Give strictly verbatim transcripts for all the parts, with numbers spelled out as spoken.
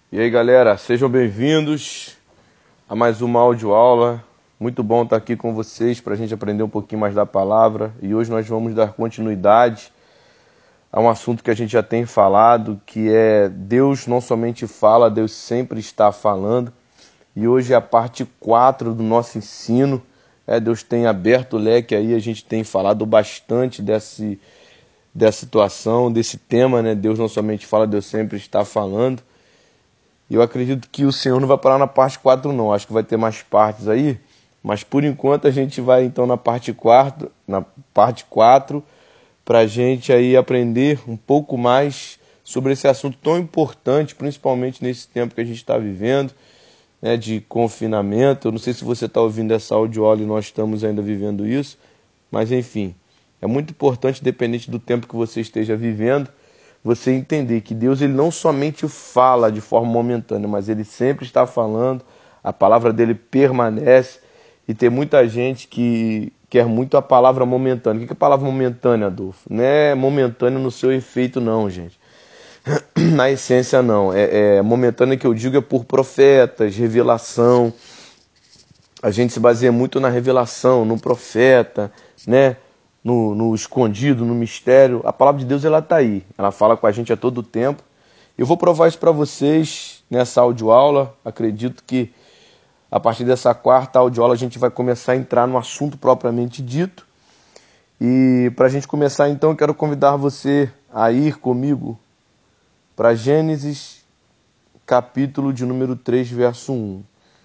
E aí, galera, sejam bem-vindos a mais uma audioaula. Muito bom estar aqui com vocês para a gente aprender um pouquinho mais da palavra. E hoje nós vamos dar continuidade a um assunto que a gente já tem falado, que é Deus não somente fala, Deus sempre está falando. E hoje é a parte quatro do nosso ensino. É, Deus tem aberto o leque aí, a gente tem falado bastante desse, dessa situação, desse tema, né? Deus não somente fala, Deus sempre está falando. E eu acredito que o Senhor não vai parar na parte quatro não, acho que vai ter mais partes aí, mas por enquanto a gente vai então na parte quatro, na parte quatro, para a gente aí aprender um pouco mais sobre esse assunto tão importante, principalmente nesse tempo que a gente está vivendo, né, de confinamento. Eu não sei se você está ouvindo essa audioaula e nós estamos ainda vivendo isso, mas enfim, é muito importante, dependente do tempo que você esteja vivendo, você entender que Deus ele não somente fala de forma momentânea, mas ele sempre está falando, a palavra dele permanece, e tem muita gente que quer muito a palavra momentânea. O que é a palavra momentânea, Adolfo? Não é momentânea no seu efeito não, gente. Na essência não, é, é momentânea que eu digo é por profetas, revelação. A gente se baseia muito na revelação, no profeta, né? No, no escondido, no mistério. A palavra de Deus ela está aí, ela fala com a gente a todo tempo. Eu vou provar isso para vocês nessa audioaula. Acredito que a partir dessa quarta audioaula a gente vai começar a entrar no assunto propriamente dito. E para a gente começar então, eu quero convidar você a ir comigo para Gênesis, capítulo de número três, verso um.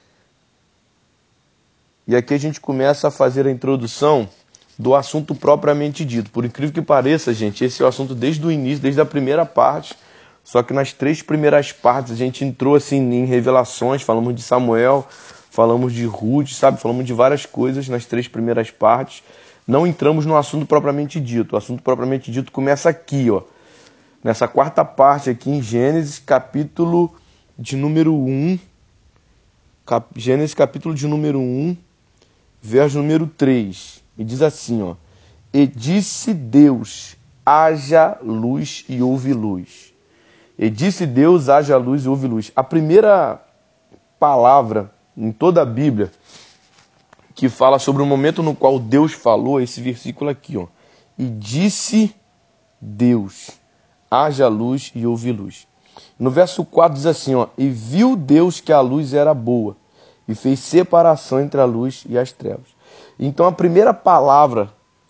E aqui a gente começa a fazer a introdução do assunto propriamente dito. Por incrível que pareça, gente, esse é o assunto desde o início, desde a primeira parte. Só que nas três primeiras partes a gente entrou assim em revelações, falamos de Samuel, falamos de Ruth, sabe? Falamos de várias coisas nas três primeiras partes. Não entramos no assunto propriamente dito. O assunto propriamente dito começa aqui, ó. Nessa quarta parte aqui em Gênesis, capítulo de número um. Cap... Gênesis, capítulo de número um, verso número três. E diz assim, ó. E disse Deus, haja luz e houve luz. E disse Deus, haja luz e houve luz. A primeira palavra em toda a Bíblia que fala sobre o momento no qual Deus falou, esse versículo aqui, ó. E disse Deus, haja luz e houve luz. No verso quatro diz assim, ó. E viu Deus que a luz era boa e fez separação entre a luz e as trevas. Então a primeira palavra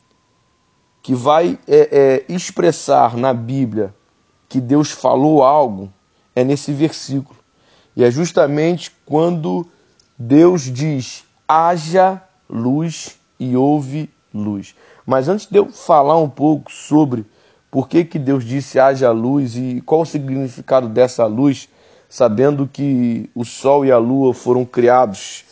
que vai é, é, expressar na Bíblia que Deus falou algo é nesse versículo. E é justamente quando Deus diz, haja luz e houve luz. Mas antes de eu falar um pouco sobre por que, que Deus disse haja luz e qual o significado dessa luz, sabendo que o sol e a lua foram criados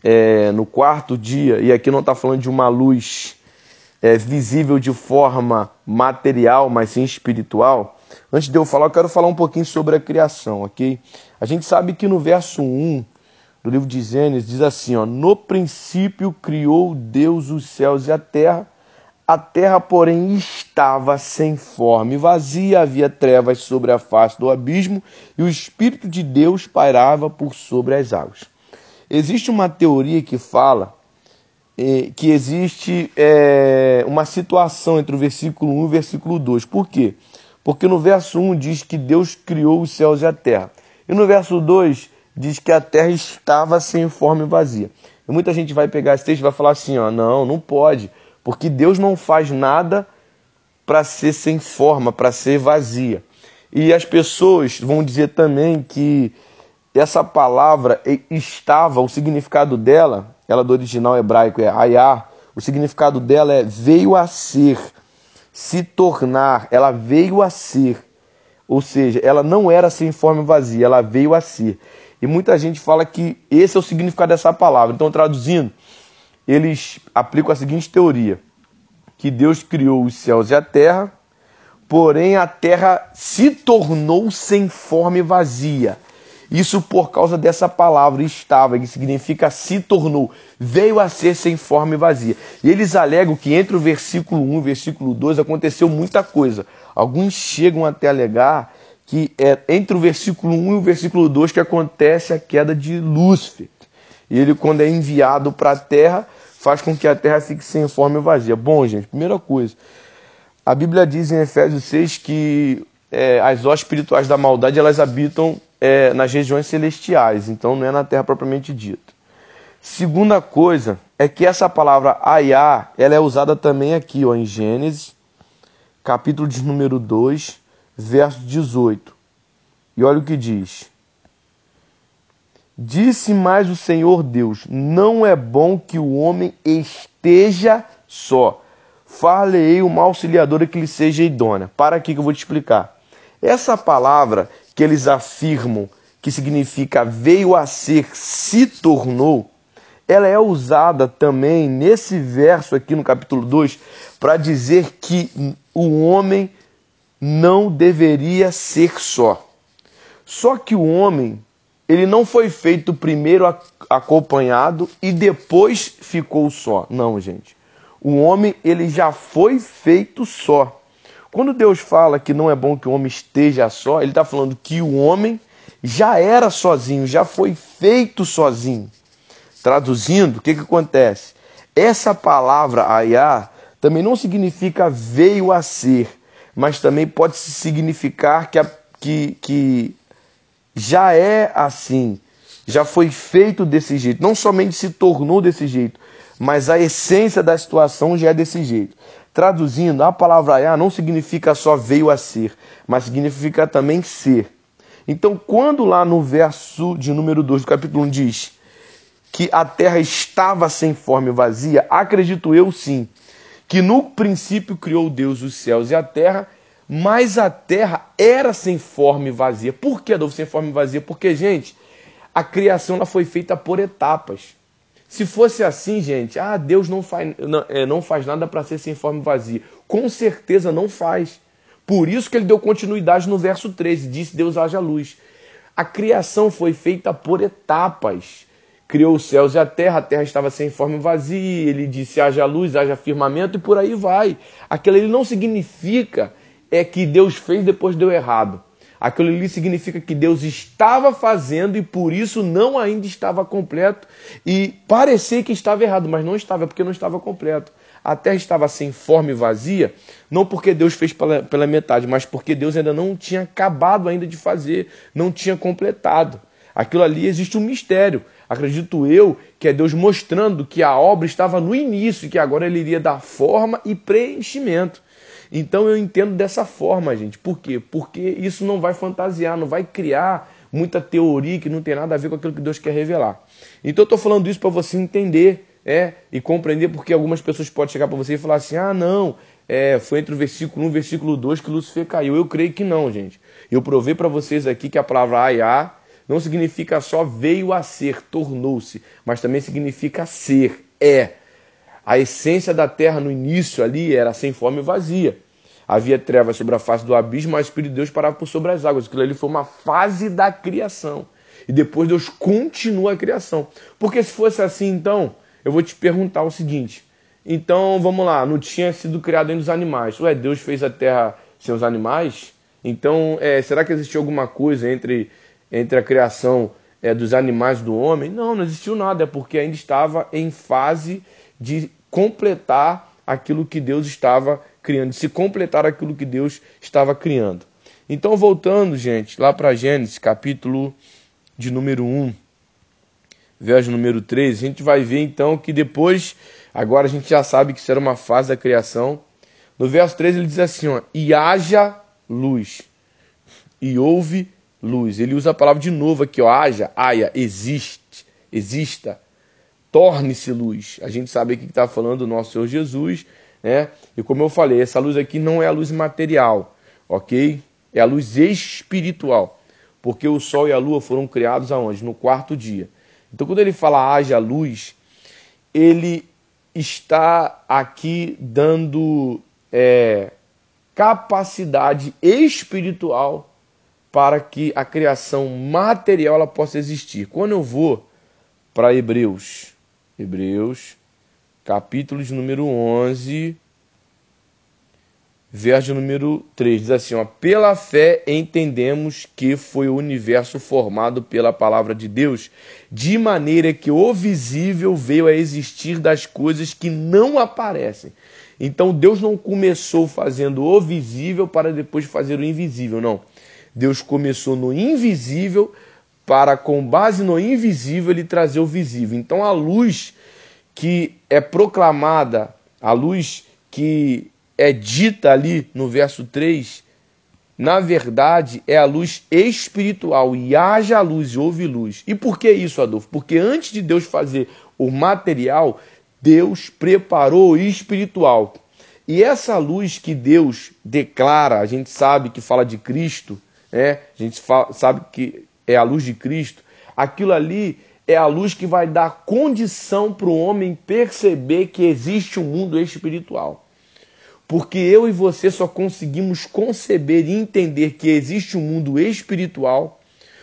é, no quarto dia, e aqui não está falando de uma luz é, visível de forma material, mas sim espiritual. Antes de eu falar, eu quero falar um pouquinho sobre a criação, ok? A gente sabe que no verso um do livro de Gênesis diz assim, ó, no princípio criou Deus os céus e a terra, a terra, porém, estava sem forma e vazia, havia trevas sobre a face do abismo e o Espírito de Deus pairava por sobre as águas. Existe uma teoria que fala eh, que existe eh, uma situação entre o versículo um e o versículo dois. Por quê? Porque no verso um diz que Deus criou os céus e a terra. E no verso dois diz que a terra estava sem forma e vazia. E muita gente vai pegar esse texto e vai falar assim, ó, não, não pode, porque Deus não faz nada para ser sem forma, para ser vazia. E as pessoas vão dizer também que essa palavra estava, o significado dela, ela do original hebraico é hayá, o significado dela é veio a ser, se tornar, ela veio a ser. Ou seja, ela não era sem forma e vazia, ela veio a ser. E muita gente fala que esse é o significado dessa palavra. Então, traduzindo, eles aplicam a seguinte teoria, que Deus criou os céus e a terra, porém a terra se tornou sem forma e vazia. Isso por causa dessa palavra estava, que significa se tornou, veio a ser sem forma e vazia. E eles alegam que entre o versículo um e o versículo dois aconteceu muita coisa. Alguns chegam até a alegar que é entre o versículo um e o versículo dois que acontece a queda de Lúcifer. E ele, quando é enviado para a terra, faz com que a terra fique sem forma e vazia. Bom, gente, primeira coisa, a Bíblia diz em Efésios seis que é, as hostes espirituais da maldade, elas habitam é, nas regiões celestiais, então não é na terra propriamente dita. Segunda coisa é que essa palavra Ayá, ela é usada também aqui, ó, em Gênesis, capítulo de número dois, verso dezoito. E olha o que diz. Disse mais o Senhor Deus, não é bom que o homem esteja só. Far-lhe-ei uma auxiliadora que lhe seja idônea. Para aqui que eu vou te explicar. Essa palavra que eles afirmam que significa veio a ser, se tornou, ela é usada também nesse verso aqui no capítulo dois para dizer que o homem não deveria ser só. Só que o homem, ele não foi feito primeiro acompanhado e depois ficou só. Não, gente. O homem, ele já foi feito só. Quando Deus fala que não é bom que o homem esteja só, ele está falando que o homem já era sozinho, já foi feito sozinho. Traduzindo, o que, que acontece? Essa palavra ayá também não significa veio a ser, mas também pode significar que, a, que, que já é assim, já foi feito desse jeito, não somente se tornou desse jeito, mas a essência da situação já é desse jeito. Traduzindo, a palavra ayá não significa só veio a ser, mas significa também ser. Então, quando lá no verso de número dois do capítulo um diz que a terra estava sem forma e vazia, acredito eu sim, que no princípio criou Deus os céus e a terra, mas a terra era sem forma e vazia. Por que, Adolfo, sem forma e vazia? Porque, gente, a criação ela foi feita por etapas. Se fosse assim, gente, ah, Deus não faz, não, é, não faz nada para ser sem forma e vazia. Com certeza não faz. Por isso que ele deu continuidade no verso treze, disse Deus haja luz. A criação foi feita por etapas. Criou os céus e a terra, a terra estava sem forma e vazia, ele disse haja luz, haja firmamento e por aí vai. Aquilo ali não significa é que Deus fez depois deu errado. Aquilo ali significa que Deus estava fazendo e por isso não ainda estava completo e parecia que estava errado, mas não estava, porque não estava completo. A terra estava sem forma e vazia, não porque Deus fez pela, pela metade, mas porque Deus ainda não tinha acabado ainda de fazer, não tinha completado. Aquilo ali existe um mistério. Acredito eu que é Deus mostrando que a obra estava no início e que agora ele iria dar forma e preenchimento. Então eu entendo dessa forma, gente. Por quê? Porque isso não vai fantasiar, não vai criar muita teoria que não tem nada a ver com aquilo que Deus quer revelar. Então eu estou falando isso para você entender é, e compreender, porque algumas pessoas podem chegar para você e falar assim, ah não, é, foi entre o versículo um e o versículo dois que Lúcifer caiu. Eu creio que não, gente. Eu provei para vocês aqui que a palavra ayá não significa só veio a ser, tornou-se, mas também significa ser, é. A essência da terra no início ali era sem forma e vazia. Havia trevas sobre a face do abismo, mas o Espírito de Deus parava por sobre as águas. Aquilo ali foi uma fase da criação. E depois Deus continua a criação. Porque se fosse assim, então, eu vou te perguntar o seguinte. Então, vamos lá, não tinha sido criado ainda os animais. Ué, Deus fez a terra sem os animais? Então, é, será que existiu alguma coisa entre, entre a criação é, dos animais e do homem? Não, não existiu nada, é porque ainda estava em fase de completar aquilo que Deus estava criando, de se completar aquilo que Deus estava criando. Então, voltando, gente, lá para Gênesis, capítulo de número um, verso número três, a gente vai ver então que depois, agora a gente já sabe que isso era uma fase da criação. No verso três ele diz assim, ó, e haja luz, e houve luz. Ele usa a palavra de novo aqui, ó, haja, haja, existe, exista. Torne-se luz. A gente sabe aqui que está falando do nosso Senhor Jesus, né? E como eu falei, essa luz aqui não é a luz material, ok? É a luz espiritual. Porque o sol e a lua foram criados aonde? No quarto dia. Então, quando ele fala haja luz, ele está aqui dando é, capacidade espiritual para que a criação material ela possa existir. Quando eu vou para Hebreus, Hebreus, capítulo de número onze, verso número três, diz assim, ó, pela fé entendemos que foi o universo formado pela palavra de Deus, de maneira que o visível veio a existir das coisas que não aparecem. Então Deus não começou fazendo o visível para depois fazer o invisível, não. Deus começou no invisível para, com base no invisível, ele trazer o visível. Então a luz que é proclamada, a luz que é dita ali no verso três, na verdade é a luz espiritual, e haja luz e houve luz. E por que isso, Adolfo? Porque antes de Deus fazer o material, Deus preparou o espiritual. E essa luz que Deus declara, a gente sabe que fala de Cristo, né? A gente fala, sabe que é a luz de Cristo, aquilo ali é a luz que vai dar condição para o homem perceber que existe um mundo espiritual. Porque eu e você só conseguimos conceber e entender que existe um mundo espiritual.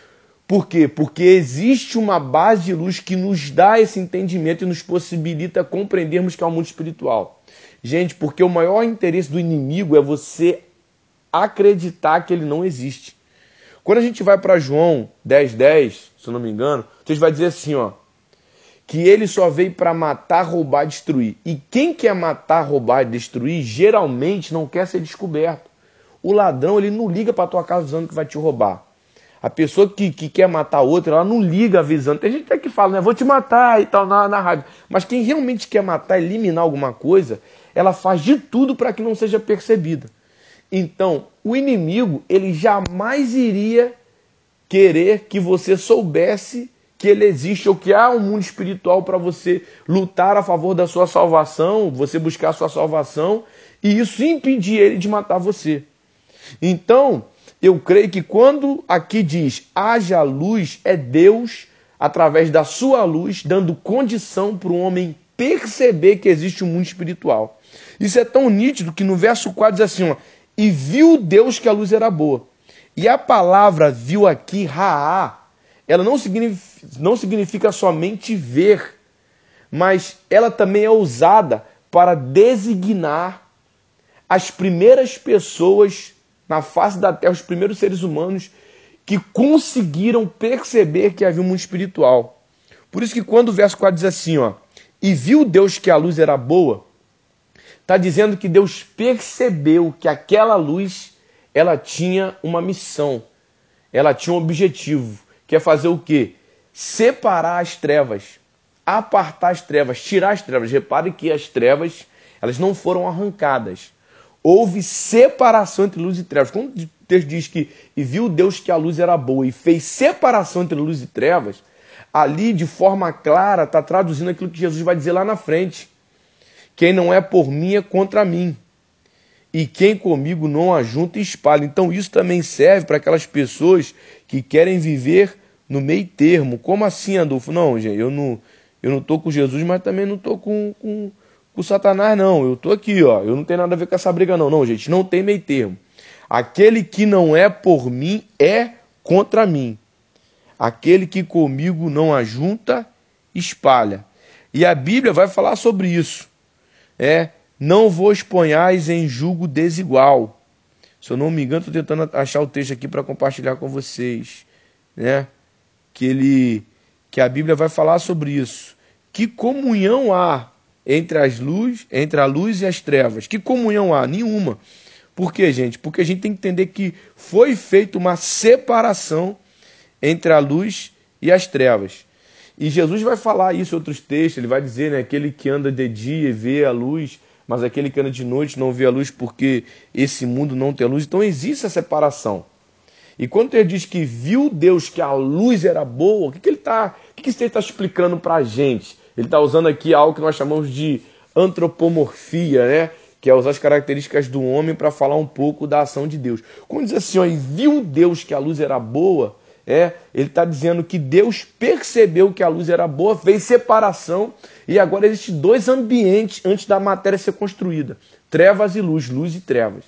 Por quê? Porque existe uma base de luz que nos dá esse entendimento e nos possibilita compreendermos que é um mundo espiritual. Gente, porque o maior interesse do inimigo é você acreditar que ele não existe. Quando a gente vai para João dez, dez, se eu não me engano, a gente vai dizer assim, ó, que ele só veio para matar, roubar e destruir. E quem quer matar, roubar e destruir, geralmente não quer ser descoberto. O ladrão, ele não liga para tua casa avisando que vai te roubar. A pessoa que, que quer matar outra, ela não liga avisando. Tem gente até que fala, né, vou te matar e tal, na, na raiva. Mas quem realmente quer matar, eliminar alguma coisa, ela faz de tudo para que não seja percebida. Então, o inimigo, ele jamais iria querer que você soubesse que ele existe ou que há um mundo espiritual para você lutar a favor da sua salvação, você buscar a sua salvação, e isso impedir ele de matar você. Então, eu creio que quando aqui diz haja luz, é Deus, através da sua luz, dando condição para o homem perceber que existe um mundo espiritual. Isso é tão nítido que no verso quatro diz assim, ó, e viu Deus que a luz era boa. E a palavra viu aqui, raá, ela não significa, não significa somente ver, mas ela também é usada para designar as primeiras pessoas na face da terra, os primeiros seres humanos que conseguiram perceber que havia um mundo espiritual. Por isso que quando o verso quatro diz assim, ó, e viu Deus que a luz era boa, está dizendo que Deus percebeu que aquela luz, ela tinha uma missão, ela tinha um objetivo, que é fazer o quê? Separar as trevas, apartar as trevas, tirar as trevas. Repare que as trevas, elas não foram arrancadas. Houve separação entre luz e trevas. Quando o texto diz que e viu Deus que a luz era boa e fez separação entre luz e trevas, ali de forma clara está traduzindo aquilo que Jesus vai dizer lá na frente. Quem não é por mim é contra mim. E quem comigo não ajunta e espalha. Então isso também serve para aquelas pessoas que querem viver no meio termo. Como assim, Adolfo? Não, gente, eu não eu não estou com Jesus, mas também não estou com, com, com Satanás, não. Eu estou aqui, ó. Eu não tenho nada a ver com essa briga, não. Não, gente, não tem meio termo. Aquele que não é por mim é contra mim. Aquele que comigo não ajunta, espalha. E a Bíblia vai falar sobre isso. É, não vos ponhais em julgo desigual. Se eu não me engano, estou tentando achar o texto aqui para compartilhar com vocês, né? Que, ele, que a Bíblia vai falar sobre isso. Que comunhão há entre, as luz, entre a luz e as trevas? Que comunhão há? Nenhuma. Por quê, gente? Porque a gente tem que entender que foi feita uma separação entre a luz e as trevas. E Jesus vai falar isso em outros textos, ele vai dizer, né, aquele que anda de dia vê a luz, mas aquele que anda de noite não vê a luz porque esse mundo não tem luz. Então existe essa separação. E quando ele diz que viu Deus que a luz era boa, o que, que ele está que que está explicando para a gente? Ele está usando aqui algo que nós chamamos de antropomorfia, né? Que é usar as características do homem para falar um pouco da ação de Deus. Quando diz assim, ó, e viu Deus que a luz era boa, é, ele está dizendo que Deus percebeu que a luz era boa, fez separação, e agora existem dois ambientes antes da matéria ser construída. Trevas e luz, luz e trevas.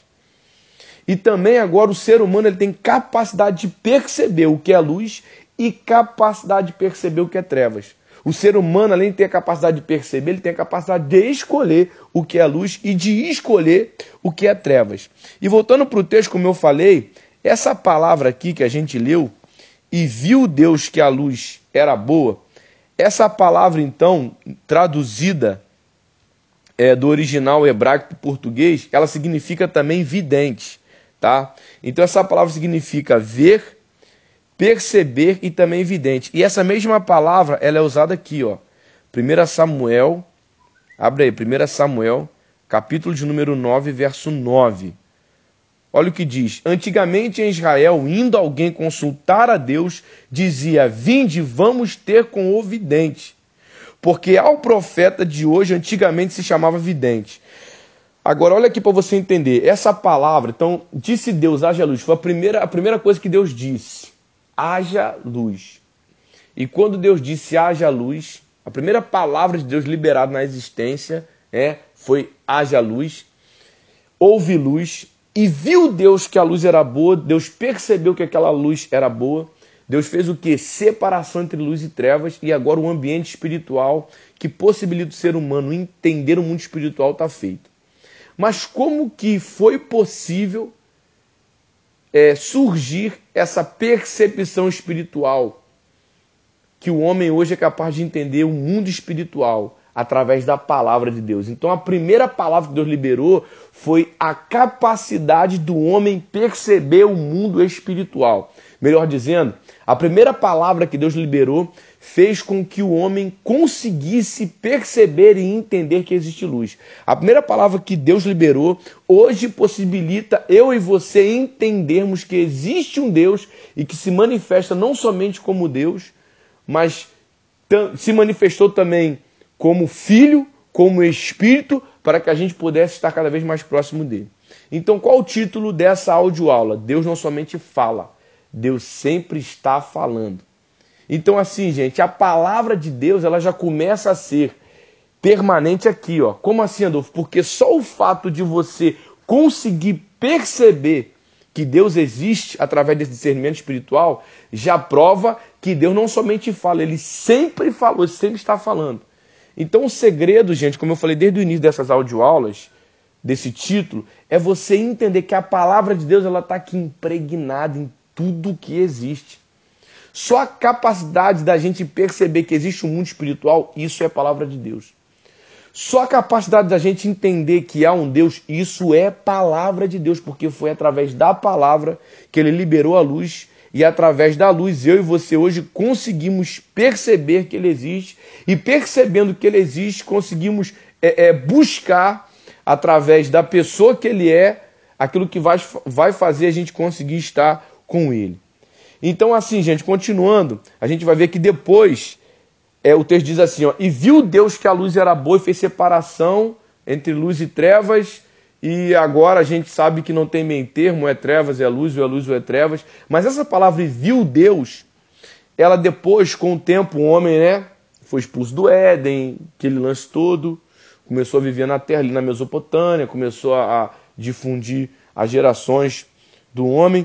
E também agora o ser humano ele tem capacidade de perceber o que é luz e capacidade de perceber o que é trevas. O ser humano, além de ter a capacidade de perceber, ele tem a capacidade de escolher o que é luz e de escolher o que é trevas. E voltando para o texto, como eu falei, essa palavra aqui que a gente leu, e viu Deus que a luz era boa, essa palavra, então, traduzida é, do original hebraico para o português, ela significa também vidente, tá? Então essa palavra significa ver, perceber e também vidente. E essa mesma palavra, ela é usada aqui, ó. primeiro Samuel, abre aí, primeiro Samuel, capítulo de número nove, verso nove. Olha o que diz. Antigamente em Israel, indo alguém consultar a Deus, dizia, vinde, vamos ter com o vidente. Porque ao profeta de hoje, antigamente se chamava vidente. Agora, olha aqui para você entender. Essa palavra, então, disse Deus, haja luz. Foi a primeira, a primeira coisa que Deus disse. Haja luz. E quando Deus disse haja luz, a primeira palavra de Deus liberada na existência é, foi haja luz. Houve luz. E viu Deus que a luz era boa. Deus percebeu que aquela luz era boa. Deus fez o quê? Separação entre luz e trevas. E agora o ambiente espiritual que possibilita o ser humano entender o mundo espiritual está feito. Mas como que foi possível é, surgir essa percepção espiritual que o homem hoje é capaz de entender o mundo espiritual através da palavra de Deus? Então a primeira palavra que Deus liberou foi a capacidade do homem perceber o mundo espiritual. Melhor dizendo, a primeira palavra que Deus liberou fez com que o homem conseguisse perceber e entender que existe luz. A primeira palavra que Deus liberou hoje possibilita eu e você entendermos que existe um Deus e que se manifesta não somente como Deus, mas se manifestou também como Filho, como Espírito, para que a gente pudesse estar cada vez mais próximo dele. Então, qual o título dessa audioaula? Deus não somente fala, Deus sempre está falando. Então, assim, gente, a palavra de Deus ela já começa a ser permanente aqui, ó. Como assim, Adolfo? Porque só o fato de você conseguir perceber que Deus existe através desse discernimento espiritual já prova que Deus não somente fala, ele sempre falou, ele sempre está falando. Então, o segredo, gente, como eu falei desde o início dessas audioaulas, desse título, é você entender que a palavra de Deus ela está aqui impregnada em tudo que existe. Só a capacidade da gente perceber que existe um mundo espiritual, isso é a palavra de Deus. Só a capacidade da gente entender que há um Deus, isso é palavra de Deus, porque foi através da palavra que ele liberou a luz e através da luz eu e você hoje conseguimos perceber que ele existe e percebendo que ele existe, conseguimos é, é, buscar através da pessoa que ele é, aquilo que vai, vai fazer a gente conseguir estar com ele. Então, assim, gente, continuando, a gente vai ver que depois, é, o texto diz assim, ó, e viu Deus que a luz era boa e fez separação entre luz e trevas, e agora a gente sabe que não tem meio termo, é trevas, é luz, ou é luz, ou é trevas, mas essa palavra, e viu Deus, ela depois, com o tempo, o homem, né, foi expulso do Éden, aquele lance todo, começou a viver na terra, ali na Mesopotâmia, começou a, a difundir as gerações do homem.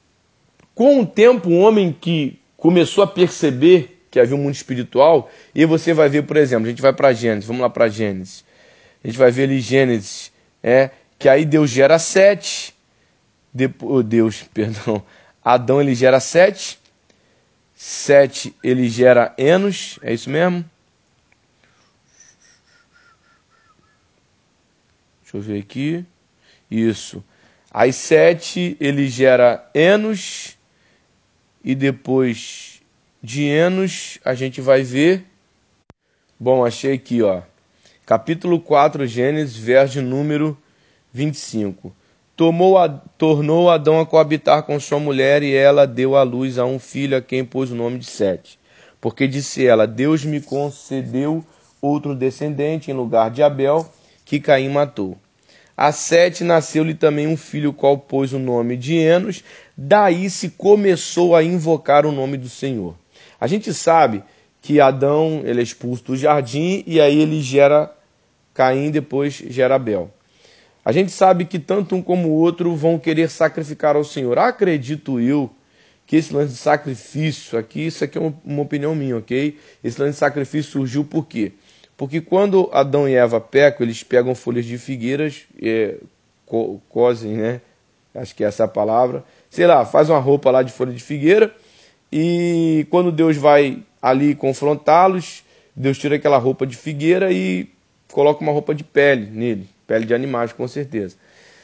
Com o tempo, um homem que começou a perceber que havia um mundo espiritual, e você vai ver, por exemplo, a gente vai para Gênesis, vamos lá para Gênesis. A gente vai ver ali Gênesis, é, que aí Deus gera sete, depois, Deus, perdão, Adão ele gera sete, sete ele gera Enos, é isso mesmo? Deixa eu ver aqui, isso. Aí sete ele gera Enos, e depois de Enos, a gente vai ver... Bom, achei aqui, ó. Capítulo quatro, Gênesis, verso número vinte e cinco. Tomou a, tornou Adão a coabitar com sua mulher, e ela deu à luz a um filho, a quem pôs o nome de Sete. Porque disse ela, Deus me concedeu outro descendente em lugar de Abel, que Caim matou. A Sete nasceu-lhe também um filho, qual pôs o nome de Enos. Daí se começou a invocar o nome do Senhor. A gente sabe que Adão ele é expulso do jardim e aí ele gera Caim, depois gera Abel. A gente sabe que tanto um como o outro vão querer sacrificar ao Senhor. Acredito eu que esse lance de sacrifício aqui, isso aqui é uma, uma opinião minha, ok? Esse lance de sacrifício surgiu por quê? Porque quando Adão e Eva pecam, eles pegam folhas de figueiras, é, co cosem, né? Acho que essa é a palavra. Sei lá, faz uma roupa lá de folha de figueira e quando Deus vai ali confrontá-los, Deus tira aquela roupa de figueira e coloca uma roupa de pele nele, pele de animais, com certeza.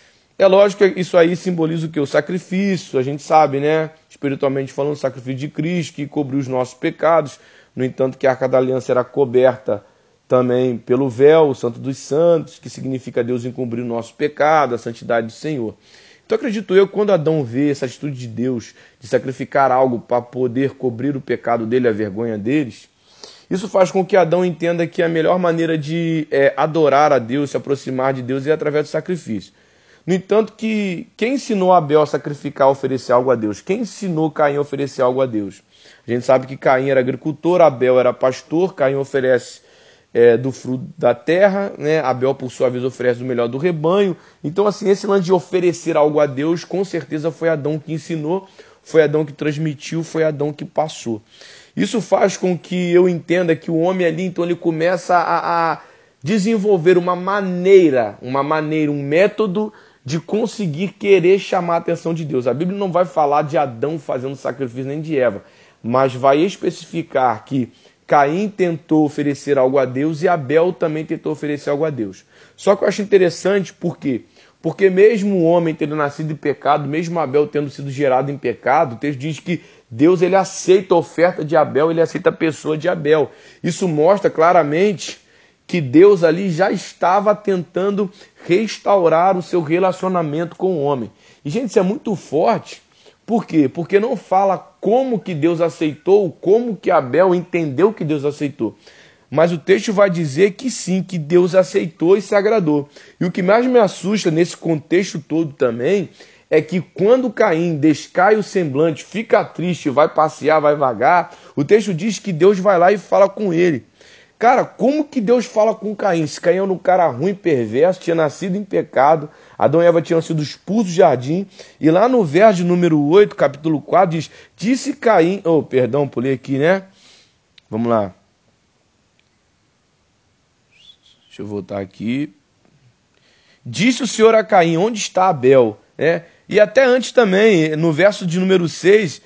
É lógico que isso aí simboliza o que? O sacrifício, a gente sabe, né? Espiritualmente falando, o sacrifício de Cristo, que cobriu os nossos pecados. No entanto, que a Arca da Aliança era coberta também pelo véu, o Santo dos Santos, que significa Deus encobrir o nosso pecado, a santidade do Senhor. Então acredito eu que quando Adão vê essa atitude de Deus, de sacrificar algo para poder cobrir o pecado dele, a vergonha deles, isso faz com que Adão entenda que a melhor maneira de é, adorar a Deus, se aproximar de Deus, é através do sacrifício. No entanto, que quem ensinou Abel a sacrificar, a oferecer algo a Deus? Quem ensinou Caim a oferecer algo a Deus? A gente sabe que Caim era agricultor, Abel era pastor, Caim oferece é, do fruto da terra, né? Abel, por sua vez, oferece o melhor do rebanho. Então, assim, esse lance de oferecer algo a Deus, com certeza foi Adão que ensinou, foi Adão que transmitiu, foi Adão que passou. Isso faz com que eu entenda que o homem ali, então, ele começa a, a desenvolver uma maneira, uma maneira, um método de conseguir querer chamar a atenção de Deus. A Bíblia não vai falar de Adão fazendo sacrifício nem de Eva, mas vai especificar que Caim tentou oferecer algo a Deus e Abel também tentou oferecer algo a Deus. Só que eu acho interessante, por quê? Porque mesmo o homem tendo nascido em pecado, mesmo Abel tendo sido gerado em pecado, o texto diz que Deus ele aceita a oferta de Abel, ele aceita a pessoa de Abel. Isso mostra claramente que Deus ali já estava tentando restaurar o seu relacionamento com o homem. E, gente, isso é muito forte. Por quê? Porque não fala como que Deus aceitou, como que Abel entendeu que Deus aceitou. Mas o texto vai dizer que sim, que Deus aceitou e se agradou. E o que mais me assusta nesse contexto todo também é que quando Caim descai o semblante, fica triste, vai passear, vai vagar, o texto diz que Deus vai lá e fala com ele. Cara, como que Deus fala com Caim? Se Caim era um cara ruim, perverso, tinha nascido em pecado, Adão e Eva tinham sido expulsos do jardim, e lá no verso número oito, capítulo quatro, diz, disse Caim, oh, perdão, pulei aqui, né? Vamos lá. Deixa eu voltar aqui. Disse o Senhor a Caim, onde está Abel? É, e até antes também, no verso de número seis,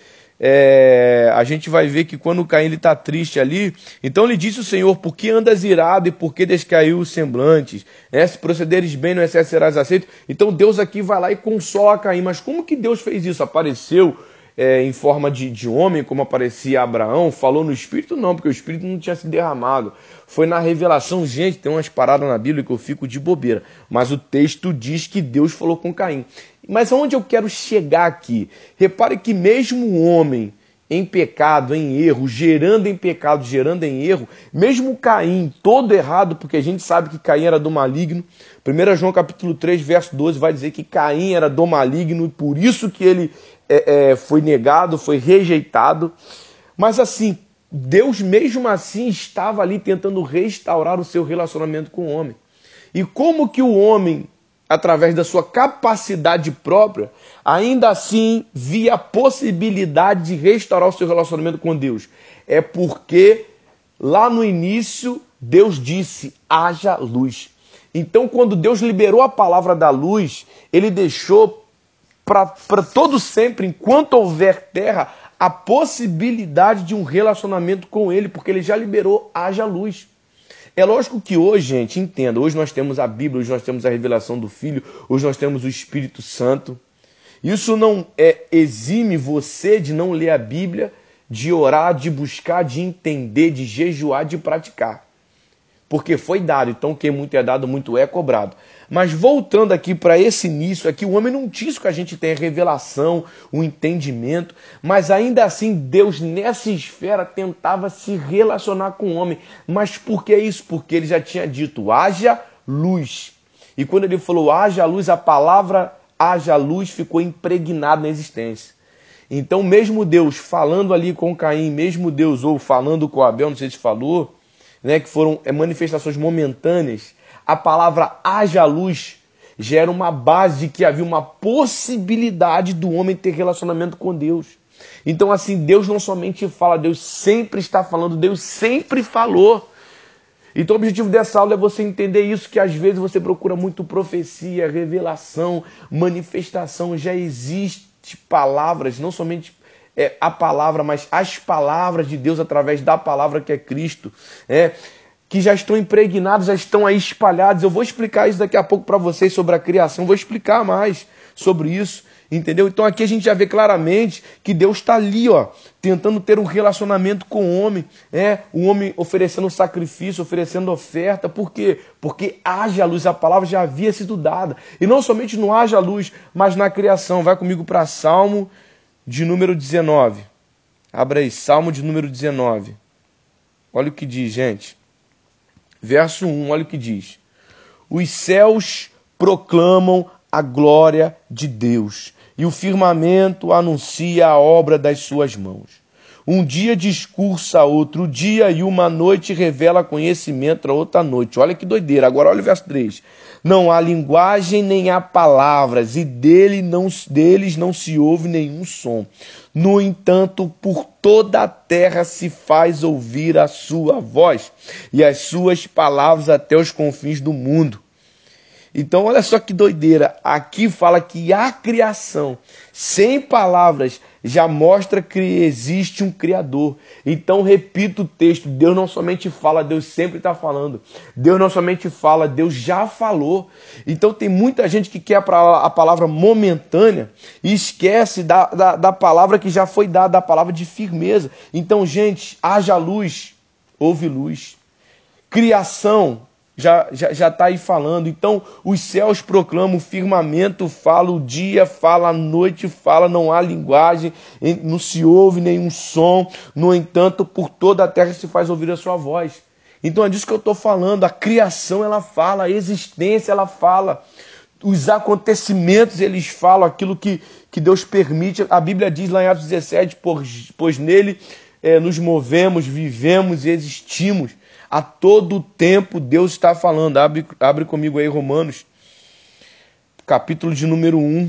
é, a gente vai ver que quando Caim está triste ali, então lhe disse o Senhor, por que andas irado e por que descaiu os semblantes? É, se procederes bem, no excesso serás aceito. Então Deus aqui vai lá e consola Caim. Mas como que Deus fez isso? Apareceu é, em forma de, de homem, como aparecia Abraão? Falou no Espírito? Não, porque o Espírito não tinha se derramado. Foi na revelação. Gente, tem umas paradas na Bíblia que eu fico de bobeira. Mas o texto diz que Deus falou com Caim. Mas aonde eu quero chegar aqui? Repare que mesmo o homem em pecado, em erro, gerando em pecado, gerando em erro, mesmo Caim, todo errado, porque a gente sabe que Caim era do maligno. primeiro João capítulo três, verso doze, vai dizer que Caim era do maligno e por isso que ele é, é, foi negado, foi rejeitado. Mas assim, Deus mesmo assim estava ali tentando restaurar o seu relacionamento com o homem. E como que o homem, através da sua capacidade própria, ainda assim via a possibilidade de restaurar o seu relacionamento com Deus? É porque lá no início Deus disse, haja luz. Então quando Deus liberou a palavra da luz, ele deixou para todo sempre, enquanto houver terra, a possibilidade de um relacionamento com ele, porque ele já liberou, haja luz. É lógico que hoje, gente, entenda, hoje nós temos a Bíblia, hoje nós temos a revelação do Filho, hoje nós temos o Espírito Santo. Isso não é, exime você de não ler a Bíblia, de orar, de buscar, de entender, de jejuar, de praticar. Porque foi dado, então quem muito é dado, muito é cobrado. Mas voltando aqui para esse início aqui, o homem não tinha isso que a gente tem, a revelação, o entendimento, mas ainda assim Deus nessa esfera tentava se relacionar com o homem. Mas por que isso? Porque ele já tinha dito, haja luz. E quando ele falou haja luz, a palavra haja luz ficou impregnada na existência. Então mesmo Deus falando ali com Caim, mesmo Deus ou falando com Abel, não sei se falou, né, que foram manifestações momentâneas, a palavra haja luz gera uma base de que havia uma possibilidade do homem ter relacionamento com Deus. Então, assim, Deus não somente fala, Deus sempre está falando, Deus sempre falou. Então o objetivo dessa aula é você entender isso, que às vezes você procura muito profecia, revelação, manifestação. Já existe palavras, não somente é, a palavra, mas as palavras de Deus através da palavra que é Cristo, é, que já estão impregnadas, já estão aí espalhadas. Eu vou explicar isso daqui a pouco para vocês sobre a criação, vou explicar mais sobre isso. Entendeu? Então aqui a gente já vê claramente que Deus está ali, ó, tentando ter um relacionamento com o homem, é, o homem oferecendo sacrifício, oferecendo oferta. Por quê? Porque haja luz, a palavra já havia sido dada. E não somente no haja luz, mas na criação. Vai comigo para Salmo de número dezenove. Abra aí, Salmo de número dezenove. Olha o que diz, gente. Verso um, olha o que diz. Os céus proclamam a glória de Deus, e o firmamento anuncia a obra das suas mãos. Um dia discursa outro dia, e uma noite revela conhecimento a outra noite. Olha que doideira. Agora olha o verso três. Não há linguagem nem há palavras, e dele não, deles não se ouve nenhum som. No entanto, por toda a terra se faz ouvir a sua voz, e as suas palavras até os confins do mundo. Então, olha só que doideira. Aqui fala que a criação, sem palavras, já mostra que existe um Criador. Então, repito o texto. Deus não somente fala, Deus sempre está falando. Deus não somente fala, Deus já falou. Então, tem muita gente que quer a palavra momentânea e esquece da, da, da palavra que já foi dada, da palavra de firmeza. Então, gente, haja luz, houve luz. Criação, já já já está aí falando. Então os céus proclamam, o firmamento fala, o dia fala, a noite fala, não há linguagem, não se ouve nenhum som. No entanto, por toda a terra se faz ouvir a sua voz. Então é disso que eu estou falando. A criação ela fala, a existência ela fala, os acontecimentos eles falam, aquilo que, que Deus permite. A Bíblia diz lá em Atos dezessete, pois, pois nele é, nos movemos, vivemos e existimos. A todo tempo Deus está falando. Abre, abre comigo aí Romanos, capítulo de número um,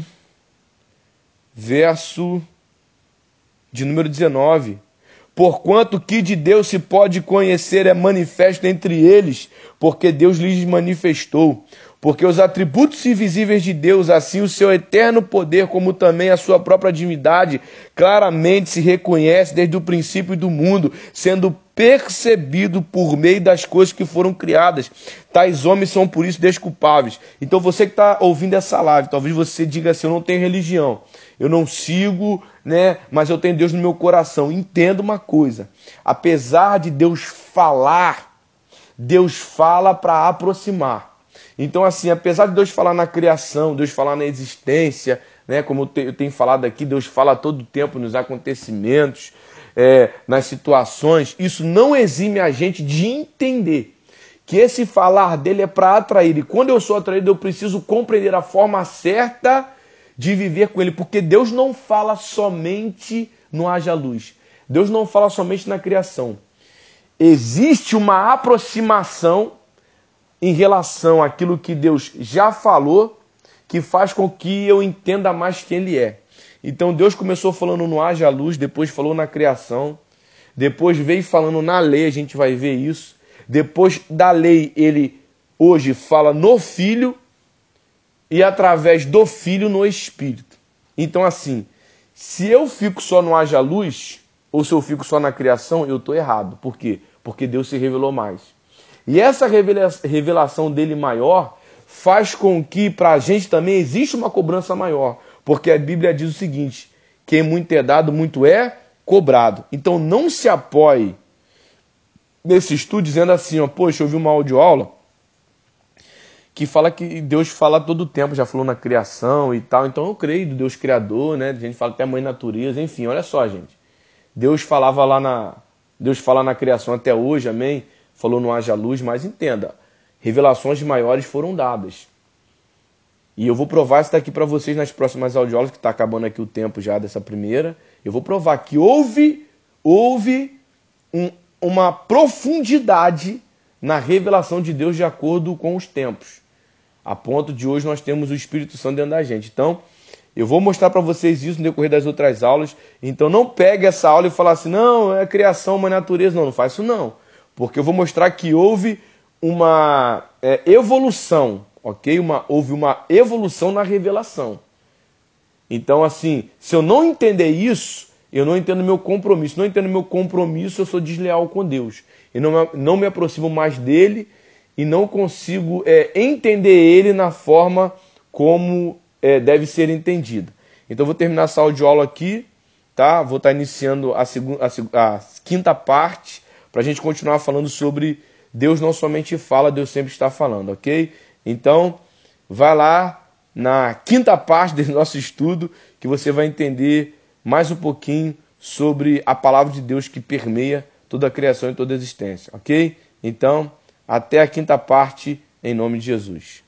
verso de número dezenove. Porquanto que de Deus se pode conhecer é manifesto entre eles, porque Deus lhes manifestou. Porque os atributos invisíveis de Deus, assim o seu eterno poder, como também a sua própria divindade, claramente se reconhece desde o princípio do mundo, sendo percebido por meio das coisas que foram criadas. Tais homens são por isso desculpáveis. Então você que está ouvindo essa live, talvez você diga assim, eu não tenho religião, eu não sigo, né? Mas eu tenho Deus no meu coração. Entenda uma coisa, apesar de Deus falar, Deus fala para aproximar. Então, assim, apesar de Deus falar na criação, Deus falar na existência, né, como eu tenho falado aqui, Deus fala a todo tempo nos acontecimentos, é, nas situações, isso não exime a gente de entender que esse falar dele é para atrair. E quando eu sou atraído, eu preciso compreender a forma certa de viver com ele, porque Deus não fala somente no haja luz. Deus não fala somente na criação. Existe uma aproximação em relação àquilo que Deus já falou, que faz com que eu entenda mais quem Ele é. Então Deus começou falando no haja luz, depois falou na criação, depois veio falando na lei, a gente vai ver isso. Depois da lei, Ele hoje fala no Filho e através do Filho no Espírito. Então assim, se eu fico só no haja luz, ou se eu fico só na criação, eu estou errado. Por quê? Porque Deus se revelou mais. E essa revelação dele maior faz com que para a gente também existe uma cobrança maior. Porque a Bíblia diz o seguinte, quem muito é dado, muito é cobrado. Então não se apoie nesse estudo dizendo assim, ó, poxa, eu ouvi uma audioaula que fala que Deus fala todo o tempo, já falou na criação e tal. Então eu creio do Deus Criador, né? A gente fala até a mãe natureza, enfim, olha só, gente. Deus falava lá na... Deus fala na criação até hoje, amém? Falou no haja luz, mas entenda, revelações maiores foram dadas. E eu vou provar isso daqui para vocês nas próximas audioaulas, que está acabando aqui o tempo já dessa primeira. Eu vou provar que houve, houve um, uma profundidade na revelação de Deus de acordo com os tempos. A ponto de hoje nós temos o Espírito Santo dentro da gente. Então, Eu vou mostrar para vocês isso no decorrer das outras aulas. Então não pegue essa aula e fale assim, não, é criação, uma natureza. Não, não faz isso não. Porque eu vou mostrar que houve uma é, evolução, ok? Uma, houve uma evolução na revelação. Então, assim, se eu não entender isso, eu não entendo meu compromisso. Se não entendo meu compromisso, eu sou desleal com Deus. Eu não, não me aproximo mais dele e não consigo é, entender ele na forma como é, deve ser entendido. Então, eu vou terminar essa audioaula aqui, tá? Vou estar iniciando a, segunda, a, a quinta parte para a gente continuar falando sobre Deus não somente fala, Deus sempre está falando, ok? Então, vai lá na quinta parte desse nosso estudo que você vai entender mais um pouquinho sobre a palavra de Deus que permeia toda a criação e toda a existência, ok? Então, até a quinta parte, em nome de Jesus.